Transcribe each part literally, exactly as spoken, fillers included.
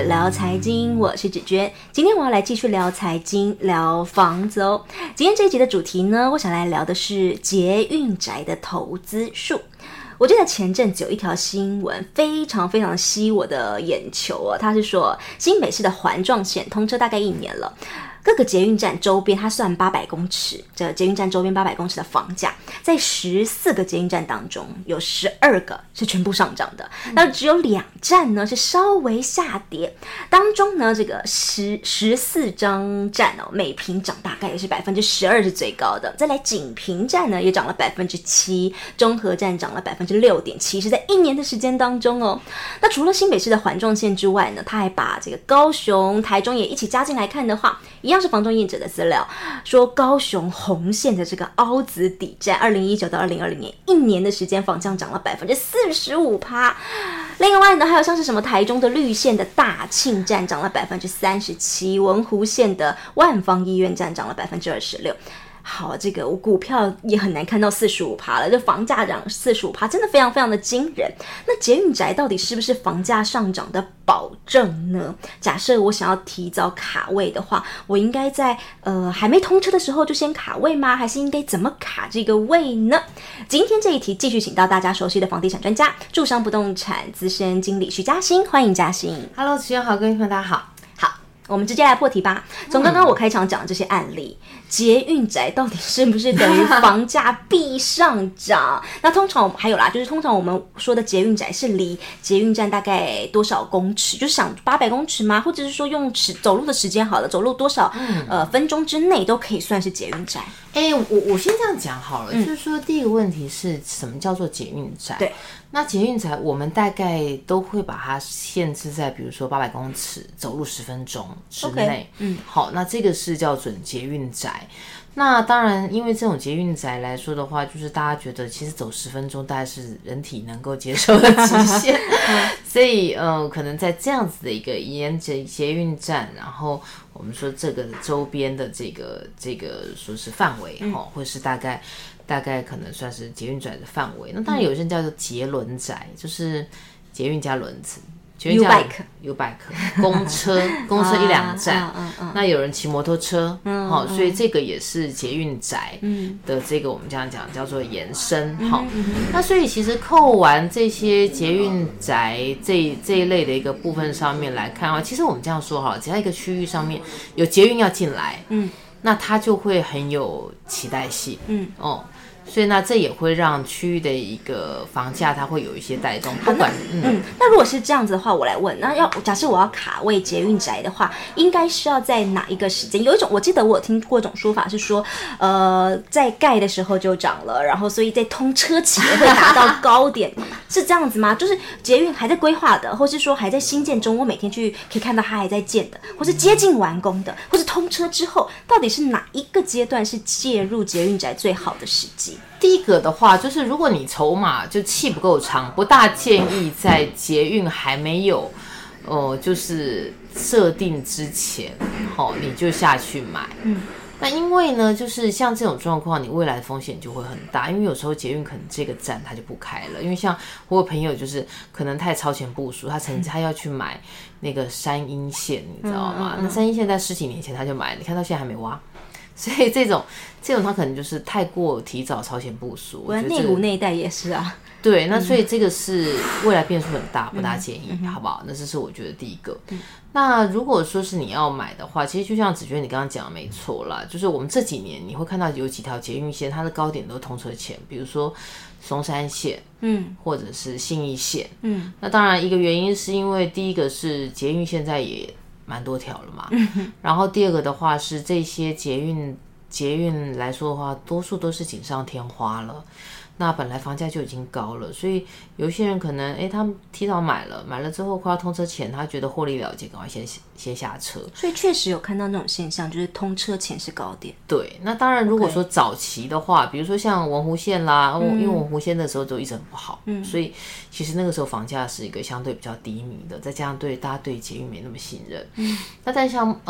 聊财经，我是芷娟。今天我要来继续聊财经，聊房子哦。今天这一集的主题呢，我想来聊的是捷运宅的投资术。我记得前阵子有一条新闻非常非常吸我的眼球哦，它是说新北市的环状线通车大概一年了，各个捷运站周边，它算八百公尺，这捷运站周边八百公尺的房价，在十四个捷运站当中，有十二个是全部上涨的，那只有两站呢是稍微下跌。当中呢，这个十十四张站哦，每平涨大概也是百分之十二是最高的。再来锦屏站呢，也涨了百分之七，中和站涨了百分之六点七，是在一年的时间当中哦。那除了新北市的环状线之外呢，他还把这个高雄、台中也一起加进来看的话，一样是房仲业者的资料，说高雄红线的这个凹子底站，二零一九到二零二零年一年的时间，房价涨了百分之四十五趴。另外呢，还有像是什么台中的绿线的大庆站涨了百分之三十七，文湖线的万芳医院站涨了百分之二十六。好，这个我股票也很难看到四十五趴了，这房价涨四十五趴，真的非常非常的惊人。那捷运宅到底是不是房价上涨的保证呢？假设我想要提早卡位的话，我应该在呃还没通车的时候就先卡位吗？还是应该怎么卡这个位呢？今天这一题继续请到大家熟悉的房地产专家、住商不动产资深经理徐嘉欣，欢迎嘉欣。 Hello， 持人好，各位朋友大家好。 我们直接来破题吧。从刚刚我开场讲的这些案例，捷运宅到底是不是等于房价必上涨？那通常还有啦，就是通常我们说的捷运宅是离捷运站大概多少公尺？就是想八百公尺吗？或者是说用尺走路的时间好了，走路多少、嗯、呃分钟之内都可以算是捷运宅？ 哎、欸，我我先这样讲好了、嗯，就是说第一个问题是什么叫做捷运宅？ 对。 那捷运宅我们大概都会把它限制在比如说八百公尺走路十分钟之内、okay, 嗯，好，那这个是叫准捷运宅。那当然因为这种捷运宅来说的话，就是大家觉得其实走十分钟大概是人体能够接受的极限所以呃，可能在这样子的一个沿着捷运站，然后我们说这个周边的这个这个说是范围、嗯、或是大概大概可能算是捷运宅的范围。那当然有些人叫做捷轮宅，就是捷运加轮子 ，U-Bike U-Bike 公车公车一两站、啊啊啊、那有人骑摩托车、嗯哦、所以这个也是捷运宅的这个我们这样讲叫做延伸、嗯哦嗯、那所以其实扣完这些捷运宅这这一类的一个部分上面来看的话，其实我们这样说好了，只要一个区域上面有捷运要进来，嗯，那它就会很有期待性，嗯哦，所以那这也会让区域的一个房价它会有一些带动，不管嗯, 嗯那如果是这样子的话，我来问，那要假设我要卡位捷运宅的话，应该是要在哪一个时间？有一种我记得我有听过一种说法是说，呃，在盖的时候就涨了，然后所以在通车前会达到高点，是这样子吗？就是捷运还在规划的，或是说还在新建中，我每天去可以看到它还在建的，或是接近完工的，或是通车之后，到底是哪一个阶段是介入捷运宅最好的时机？ 第一个的话，就是如果你筹码就气不够长，不大建议在捷运还没有，呃，就是设定之前，哦，你就下去买。嗯，那因为呢，就是像这种状况，你未来的风险就会很大，因为有时候捷运可能这个站它就不开了，因为像我有朋友就是可能太超前部署，他曾经他要去买那个山阴线，你知道吗？嗯嗯嗯那山阴线在十几年前他就买了，你看到现在还没挖。所以这种这种他可能就是太过提早超前部署， 我觉得内湖那一带也是啊。 对，那所以这个是未来变数很大，不大建议，嗯、好不好？那这是我觉得第一个。嗯、那如果说是你要买的话，其实就像芷娟你刚刚讲的没错啦，就是我们这几年你会看到有几条捷运线，它的高点都通车前，比如说松山线，嗯，或者是信义线，嗯。那当然一个原因是因为第一个是捷运现在也蛮多条了嘛，嗯、然后第二个的话是这些捷运捷运来说的话，多数都是锦上添花了。那本来房价就已经高了，所以有一些人可能哎，他们提早买了，买了之后快要通车前，他觉得获利了结，赶快先先下车。 所以确实有看到那种现象，就是通车前是高点。 对，那当然如果说早期的话， okay. 比如说像文湖线啦，嗯、因为文湖线那时候就一直很不好，嗯，所以其实那个时候房价是一个相对比较低迷的，再加上对大家对捷运没那么信任，嗯，那但像呃。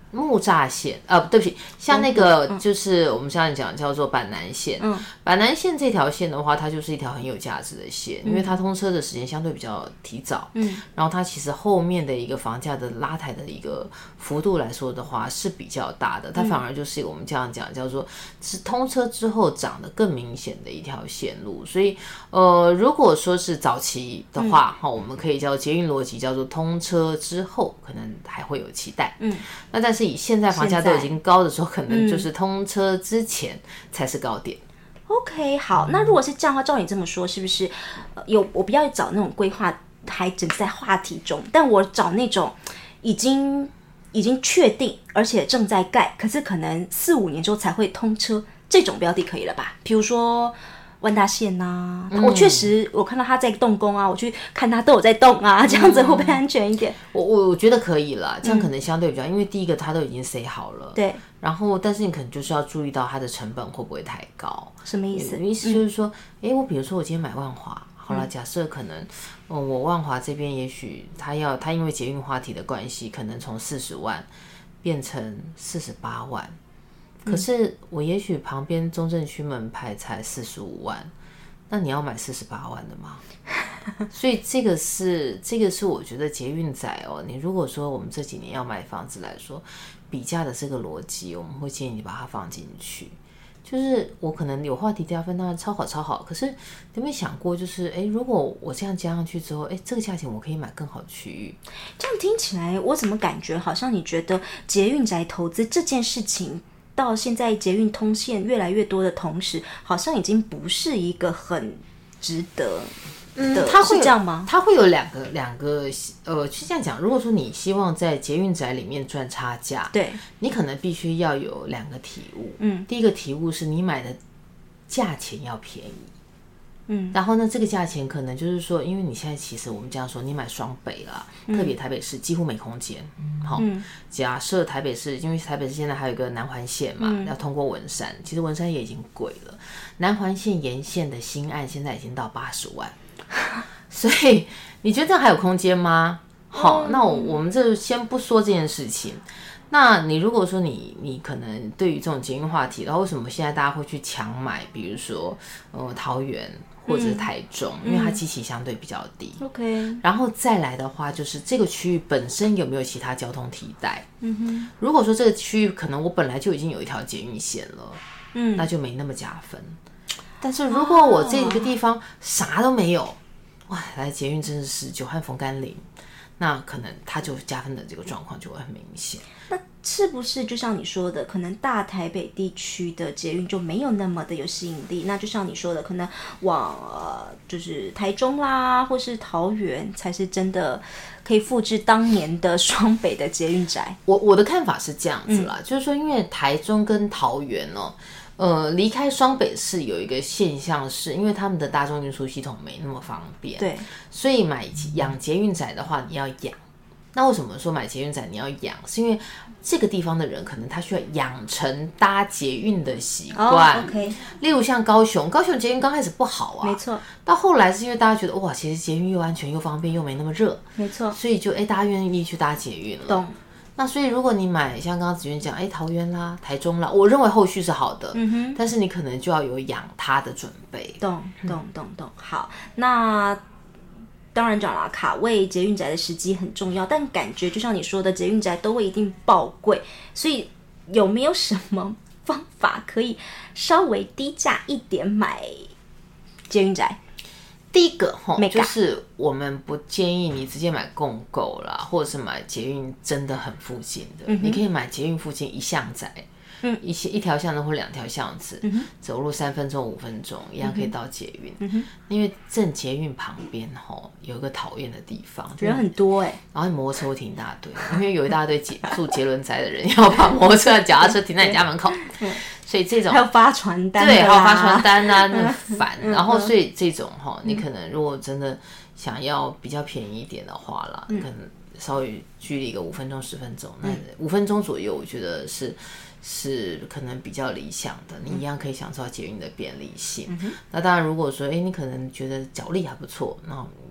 木栅线，呃，对不起，像那个就是我们现在讲叫做板南线，嗯，板南线这条线的话，它就是一条很有价值的线，因为它通车的时间相对比较提早，嗯，然后它其实后面的一个房价的拉抬的一个幅度来说的话是比较大的，它反而就是我们这样讲叫做是通车之后涨得更明显的一条线路，所以呃，如果说是早期的话，哈、嗯，我们可以叫捷运逻辑叫做通车之后可能还会有期待，嗯，那但是以现在房价都已经高的时候，可能就是通车之前才是高点。 OK， 好，那如果是这样的话，照你这么说，是不是、呃、有我不要找那种规划还只在话题中，但我找那种已经已经确定而且正在盖，可是可能四五年之后才会通车，这种标的可以了吧？比如说万大线呐、啊嗯，我确实我看到他在动工啊，我去看他都有在动啊，这样子会不会安全一点？ 我我我觉得可以啦，这样可能相对比较，嗯、因为第一个他都已经 say 好了， 对， 然后但是你可能就是要注意到它的成本会不会太高？ 什么意思？ 意思就是说，哎、嗯，我比如说我今天买万华，好了，假设可能，嗯，我万华这边也许他要他因为捷运话题的关系，可能从四十万变成四十八万。可是我也许旁边中正区门牌才四十五万，那你要买四十八万的吗？所以这个是这个是我觉得捷运仔哦，你如果说我们这几年要买房子来说，比价的这个逻辑，我们会建议你把它放进去。就是我可能有话题加分，当然超好超好。可是你有没有想过，就是哎，如果我这样加上去之后，哎，这个价钱我可以买更好的区域？ 这样听起来，我怎么感觉好像你觉得捷运宅投资这件事情？到现在捷运通线越来越多的同时，好像已经不是一个很值得的，嗯，它会是这样吗？ 它会有两个两个呃，是这样讲。如果说你希望在捷运宅里面赚差价， 对， 你可能必须要有两个体悟。嗯，第一个体悟是你买的价钱要便宜。嗯，然后呢，这个价钱可能就是说，因为你现在其实我们这样说，你买双北啦，嗯、特别台北市几乎没空间。好、嗯，假设台北市，因为台北市现在还有一个南环线嘛，嗯、要通过文山，其实文山也已经贵了。南环线沿线的新案现在已经到八十万，所以你觉得这样还有空间吗？好，嗯、那我我们这先不说这件事情。那你如果说你你可能对于这种捷运话题，然后为什么现在大家会去抢买，比如说呃桃园或者是台中，嗯、因为它基期相对比较低。 OK， 然后再来的话，就是这个区域本身有没有其他交通替代？嗯哼，如果说这个区域可能我本来就已经有一条捷运线了，嗯，那就没那么加分。但是如果我这个地方啥都没有，哇，来捷运真的是久旱逢甘霖。那可能它就加分的这个状况就会很明显。 那是不是就像你说的，可能大台北地区的捷运就没有那么的有吸引力？那就像你说的，可能往、呃、就是台中啦，或是桃园，才是真的可以复制当年的双北的捷运宅。 我我的看法是这样子啦，嗯、就是说，因为台中跟桃园哦。呃，离开双北市有一个现象是，因为他们的大众运输系统没那么方便， 对， 所以买养捷运仔的话，你要养。那为什么说买捷运仔你要养？是因为这个地方的人可能他需要养成搭捷运的习惯。 Oh, OK， 例如像高雄，高雄捷运刚开始不好啊， 没错。 到后来是因为大家觉得哇，其实捷运又安全又方便又没那么热， 没错， 所以就哎大家愿意去搭捷运了。 懂。 那所以如果你买像刚刚子萱讲，哎，桃园啦、台中啦，我认为后续是好的，嗯哼，但是你可能就要有养它的准备。 懂懂懂懂。好，那当然讲啦，卡位捷运宅的时机很重要，但感觉就像你说的，捷运宅都会一定爆贵，所以有没有什么方法可以稍微低价一点买捷运宅？ 第一个就是我们不建议你直接买共购啦，或者是买捷运真的很附近的，嗯、你可以买捷运附近一巷仔，嗯，一些一条巷子或两条巷子，嗯、走路三分钟五分钟一样可以到捷运。嗯、因为正捷运旁边吼有一个讨厌的地方， 人很多哎、欸， 然后你摩托车会停一大堆，因为有一大堆住捷伦宅的人要把摩托车、脚踏车停在你家门口。所以这种还有发传单， 对，还有发传单啊，那烦。然后所以这种哈，你可能如果真的想要比较便宜一点的话啦，嗯、可能稍微距离个五分钟、十分钟，那五分钟左右，我觉得是是可能比较理想的。你一样可以享受到捷运的便利性。嗯、那当然，如果说哎，你可能觉得脚力还不错，那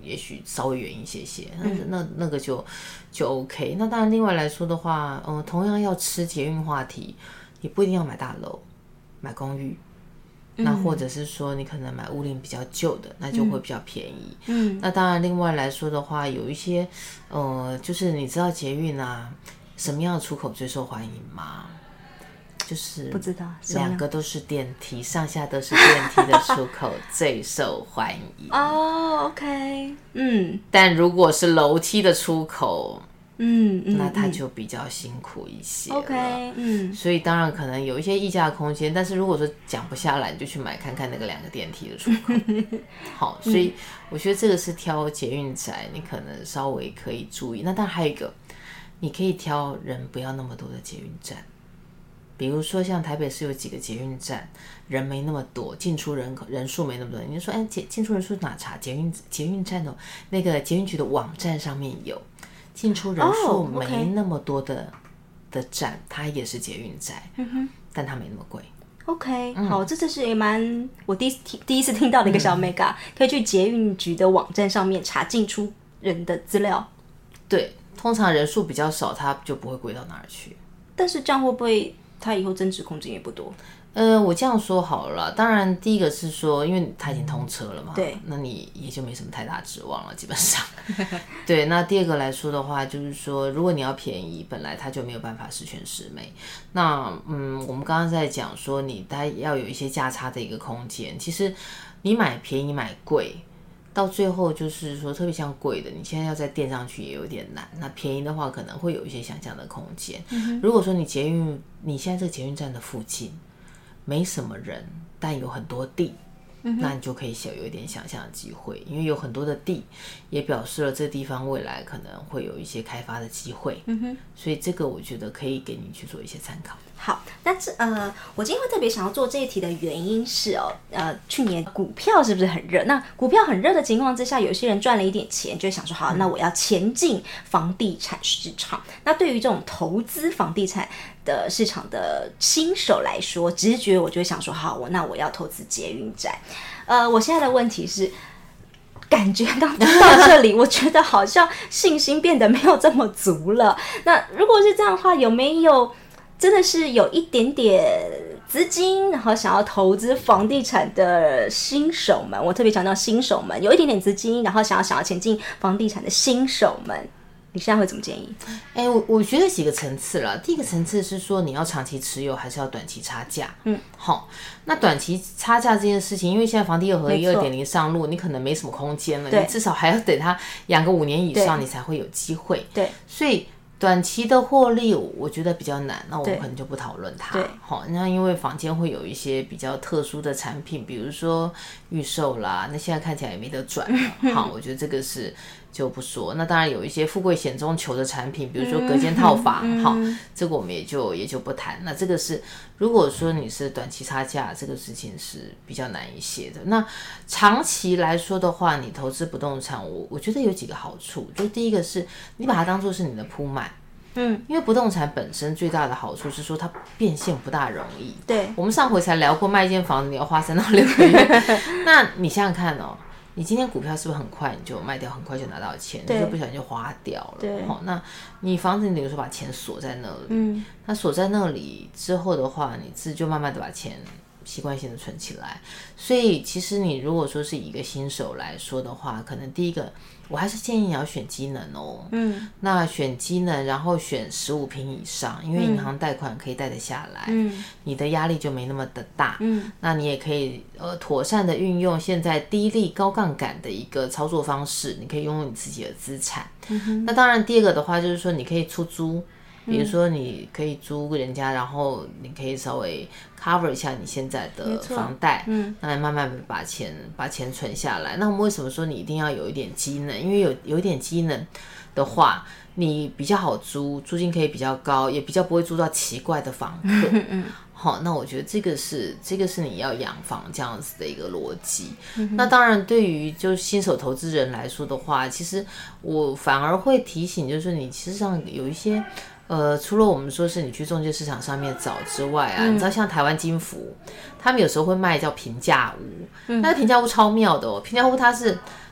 也许稍微远一些些，嗯、那那那个就就 OK。那当然，另外来说的话，嗯、呃，同样要吃捷运话题，你不一定要买大楼，买公寓。那或者是说你可能买屋龄比较旧的，那就会比较便宜。嗯，那当然另外来说的话，有一些呃，就是你知道捷运啊，什么样的出口最受欢迎吗？就是不知道， 两个都是电梯，上下都是电梯的出口最受欢迎。 哦 ，OK， 嗯， 但如果是楼梯的出口。 嗯, 嗯， 那它就比较辛苦一些了。 OK， 嗯， 所以当然可能有一些溢价的空间，但是如果说讲不下来，你就去买看看那个两个电梯的出口。好，所以我觉得这个是挑捷运宅，你可能稍微可以注意。那当然还有一个，你可以挑人不要那么多的捷运站，比如说像台北市有几个捷运站，人没那么多，进出人口人数没那么多，你就说，哎，进出人数哪查？捷运捷运站的那个捷运局的网站上面有。进出人数没那么多的、oh, okay. 的站，它也是捷运宅，嗯、但它没那么贵。 OK，、嗯、好，这这是也蛮我第一第一次听到的一个小 mega，、嗯、可以去捷运局的网站上面查进出人的资料。 对，通常人数比较少，它就不会贵到哪儿去。 但是这样会不会它以后增值空间也不多？ 呃，我这样说好了啦，当然第一个是说，因为它已经通车了嘛， 对， 那你也就没什么太大指望了，基本上。对，那第二个来说的话，就是说，如果你要便宜，本来它就没有办法十全十美。那嗯，我们刚刚在讲说，你它要有一些价差的一个空间。其实你买便宜买贵，到最后就是说，特别像贵的，你现在要再垫上去也有点难。那便宜的话，可能会有一些想象的空间。嗯、如果说你捷运，你现在这个捷运站的附近。没什么人，但有很多地，嗯、那你就可以小有一点想象的机会，因为有很多的地，也表示了这地方未来可能会有一些开发的机会，嗯哼，所以这个我觉得可以给你去做一些参考。 好，但是呃，我今天会特别想要做这一题的原因是哦，呃，去年股票是不是很热？那股票很热的情况之下，有些人赚了一点钱，就会想说，好，那我要前进房地产市场。那对于这种投资房地产的市场的新手来说，直觉我就会想说，好，我那我要投资捷运宅。呃，我现在的问题是。感觉到到这里，我觉得好像信心变得没有这么足了。那如果是这样的话，有没有真的是有一点点资金，然后想要投资房地产的新手们？我特别强调新手们，有一点点资金，然后想要想要前进房地产的新手们。你现在会怎么建议？ 哎、欸，我我觉得几个层次啦。第一个层次是说你要长期持有还是要短期差价？嗯，好，那短期差价这件事情，因为现在房地合一 二点零 上路，你可能没什么空间了，你至少还要等它养个五年以上，你才会有机会。 对， 所以短期的获利，我觉得比较难，那我们可能就不讨论它。好，那因为坊间会有一些比较特殊的产品，比如说预售啦，那现在看起来也没得转了。好，我觉得这个是。就不说，那当然有一些富贵险中求的产品，比如说隔间套房，好、嗯，这个我们也就也就不谈。那这个是如果说你是短期差价，这个事情是比较难一些的。那长期来说的话，你投资不动产，我我觉得有几个好处，就第一个是你把它当作是你的铺满。嗯，因为不动产本身最大的好处是说它变现不大容易。 对， 我们上回才聊过，卖一间房子你要花三到六个月，那你想想看哦。你今天股票是不是很快你就卖掉，很快就拿到钱，你就不小心就花掉了。 对， 好、哦，那你房子你等于说把钱锁在那里，嗯，那锁在那里之后的话，你自就慢慢的把钱习惯性的存起来。所以其实你如果说是以一个新手来说的话，可能第一个我还是建议你要选机能哦，嗯，那选机能，然后选十五坪以上，因为银行贷款可以贷得下来，嗯，你的压力就没那么的大，嗯，那你也可以呃妥善的运用现在低利高杠杆的一个操作方式，你可以拥有你自己的资产。嗯、那当然第二个的话就是说你可以出租。比如说你可以租人家，然后你可以稍微 cover 一下你现在的房贷，嗯，那慢慢把钱把钱存下来。那我们为什么说你一定要有一点机能？因为有有一点机能的话，你比较好租，租金可以比较高，也比较不会租到奇怪的房客。嗯嗯好，那我觉得这个是这个是你要养房这样子的一个逻辑。嗯、那当然，对于就是新手投资人来说的话，其实我反而会提醒，就是你其实上有一些。呃，除了我们说是你去中介市场上面找之外啊，嗯、你知道像台湾金福，他们有时候会卖叫平价屋，嗯、那个平价屋超妙的哦，平价屋它是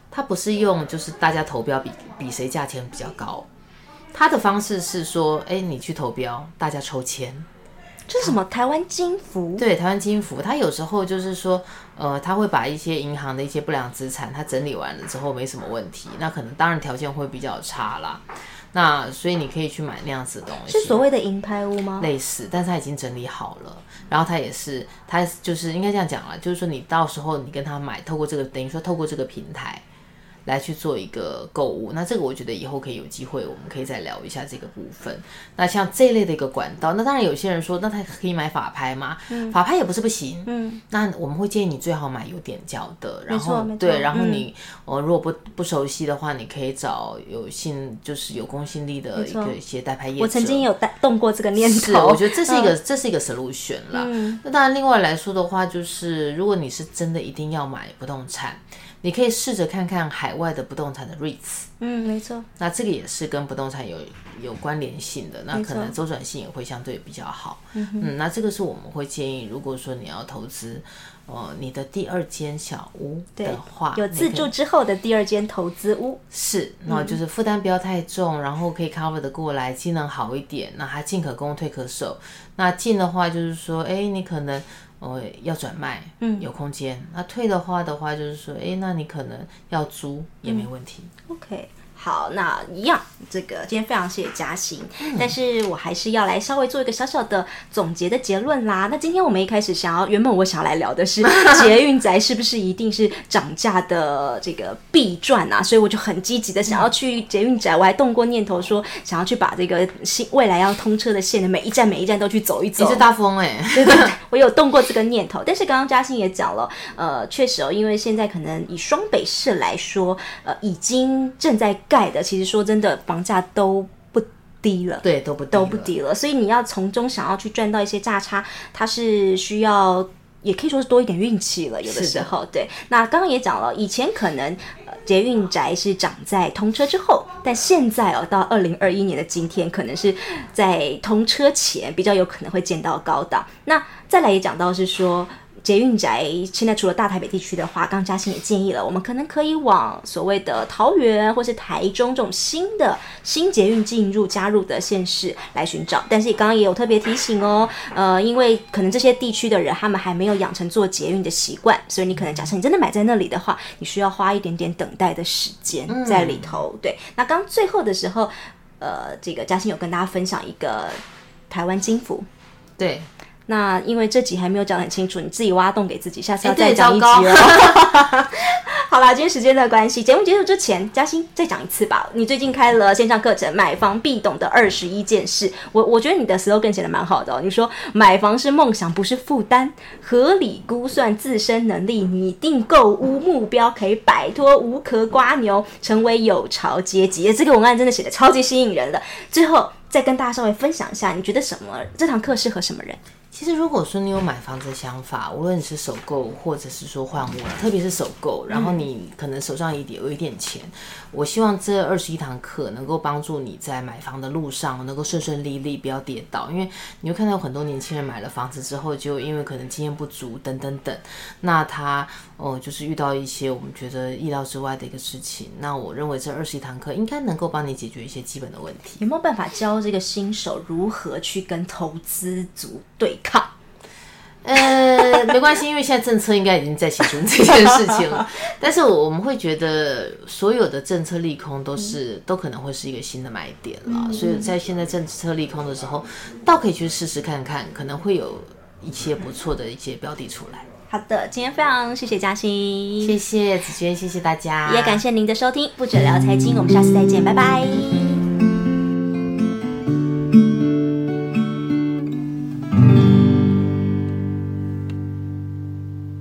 它不是用就是大家投标比比谁价钱比较高，它的方式是说，哎，你去投标，大家抽签。 这是什么？台湾金服？ 对，台湾金服，它有时候就是说，呃，它会把一些银行的一些不良资产，它整理完了之后没什么问题，那可能当然条件会比较差啦。那所以你可以去买那样子的东西， 是所谓的银拍屋吗？ 类似，但是它已经整理好了，然后它也是，它就是应该这样讲啦，就是说你到时候你跟他买，透过这个等于说透过这个平台来去做一个购物，那这个我觉得以后可以有机会，我们可以再聊一下这个部分。那像这一类的一个管道，那当然有些人说，那他可以买法拍吗？嗯、法拍也不是不行。嗯，那我们会建议你最好买有点角的，然后对，然后你、嗯呃、如果不不熟悉的话，你可以找有信就是有公信力的一个一些代拍业者。 我曾经有动过这个念头， 是我觉得这是一个、嗯、这是一个 solution 啦。嗯、那当然，另外来说的话，就是如果你是真的一定要买不动产。你可以试着看看海外的不动产的 REITs， 嗯，没错。 那这个也是跟不动产有有关联性的，那可能周转性也会相对比较好。嗯, 嗯，那这个是我们会建议，如果说你要投资，呃，你的第二间小屋的话， 有自住之后的第二间投资屋， 是，那就是负担不要太重，然后可以 cover 的过来，机能好一点，那它进可攻退可守。那进的话就是说，哎，你可能。呃，要转卖，嗯，有空间。那退的话的话，就是说，哎，那你可能要租也没问题。 嗯、OK。好，那一样，这个今天非常谢谢嘉欣、嗯，但是我还是要来稍微做一个小小的总结的结论啦。那今天我们一开始想要，原本我想要来聊的是捷运宅是不是一定是涨价的这个必赚啊？所以我就很积极的想要去捷运宅，我还动过念头说想要去把这个新未来要通车的线的每一站每一站都去走一走。 你是大风哎、 欸，对对对，我有动过这个念头。但是刚刚嘉欣也讲了，呃，确实哦，因为现在可能以双北市来说，呃，已经正在盖的，其实说真的，房价都不低了， 对，都不低都不低了，所以你要从中想要去赚到一些价差，它是需要，也可以说是多一点运气了，有的时候，对。那刚刚也讲了，以前可能、呃、捷运宅是涨在通车之后，但现在哦，到二零二一年的今天，可能是在通车前比较有可能会见到高档。那再来也讲到是说。捷运宅现在除了大台北地区的话，刚刚嘉欣也建议了，我们可能可以往所谓的桃园或是台中这种新的新捷运进入加入的县市来寻找。但是刚刚也有特别提醒哦，呃，因为可能这些地区的人他们还没有养成做捷运的习惯，所以你可能假设你真的买在那里的话，你需要花一点点等待的时间在里头。嗯、对，那刚最后的时候，呃，这个嘉欣有跟大家分享一个台湾金服， 对。 那因为这集还没有讲得很清楚，你自己挖洞给自己，下次要再讲一集哦。好啦，今天时间的关系，节目结束之前，嘉欣再讲一次吧。你最近开了线上课程《买房必懂的二十一件事》，我我觉得你的 slogan 写得蛮好的哦。你说买房是梦想，不是负担，合理估算自身能力，拟定购屋目标，可以摆脱无壳瓜牛，成为有巢阶级。这个文案真的写得超级吸引人的。最后再跟大家稍微分享一下，你觉得什么这堂课适合什么人？ 其实如果说你有买房子的想法，无论你是首购或者是说换屋，特别是首购，然后你可能手上有一点钱，我希望这二十一堂课能够帮助你在买房的路上能够顺顺利利，不要跌倒。因为你会看到很多年轻人买了房子之后，就因为可能经验不足等等等，那他哦、呃、就是遇到一些我们觉得意料之外的一个事情。那我认为这二十一堂课应该能够帮你解决一些基本的问题。 有没有办法教这个新手如何去跟投资族对抗？ 呃，没关系，因为现在政策应该已经在写出这件事情了。但是我们会觉得，所有的政策利空都是、嗯、都可能会是一个新的买点啦、嗯。所以在现在政策利空的时候，倒可以去试试看看，可能会有一些不错的一些标的出来。 好的，今天非常谢谢嘉欣， 谢谢子娟，谢谢大家， 也感谢您的收听，不准聊财经，我们下次再见，拜拜。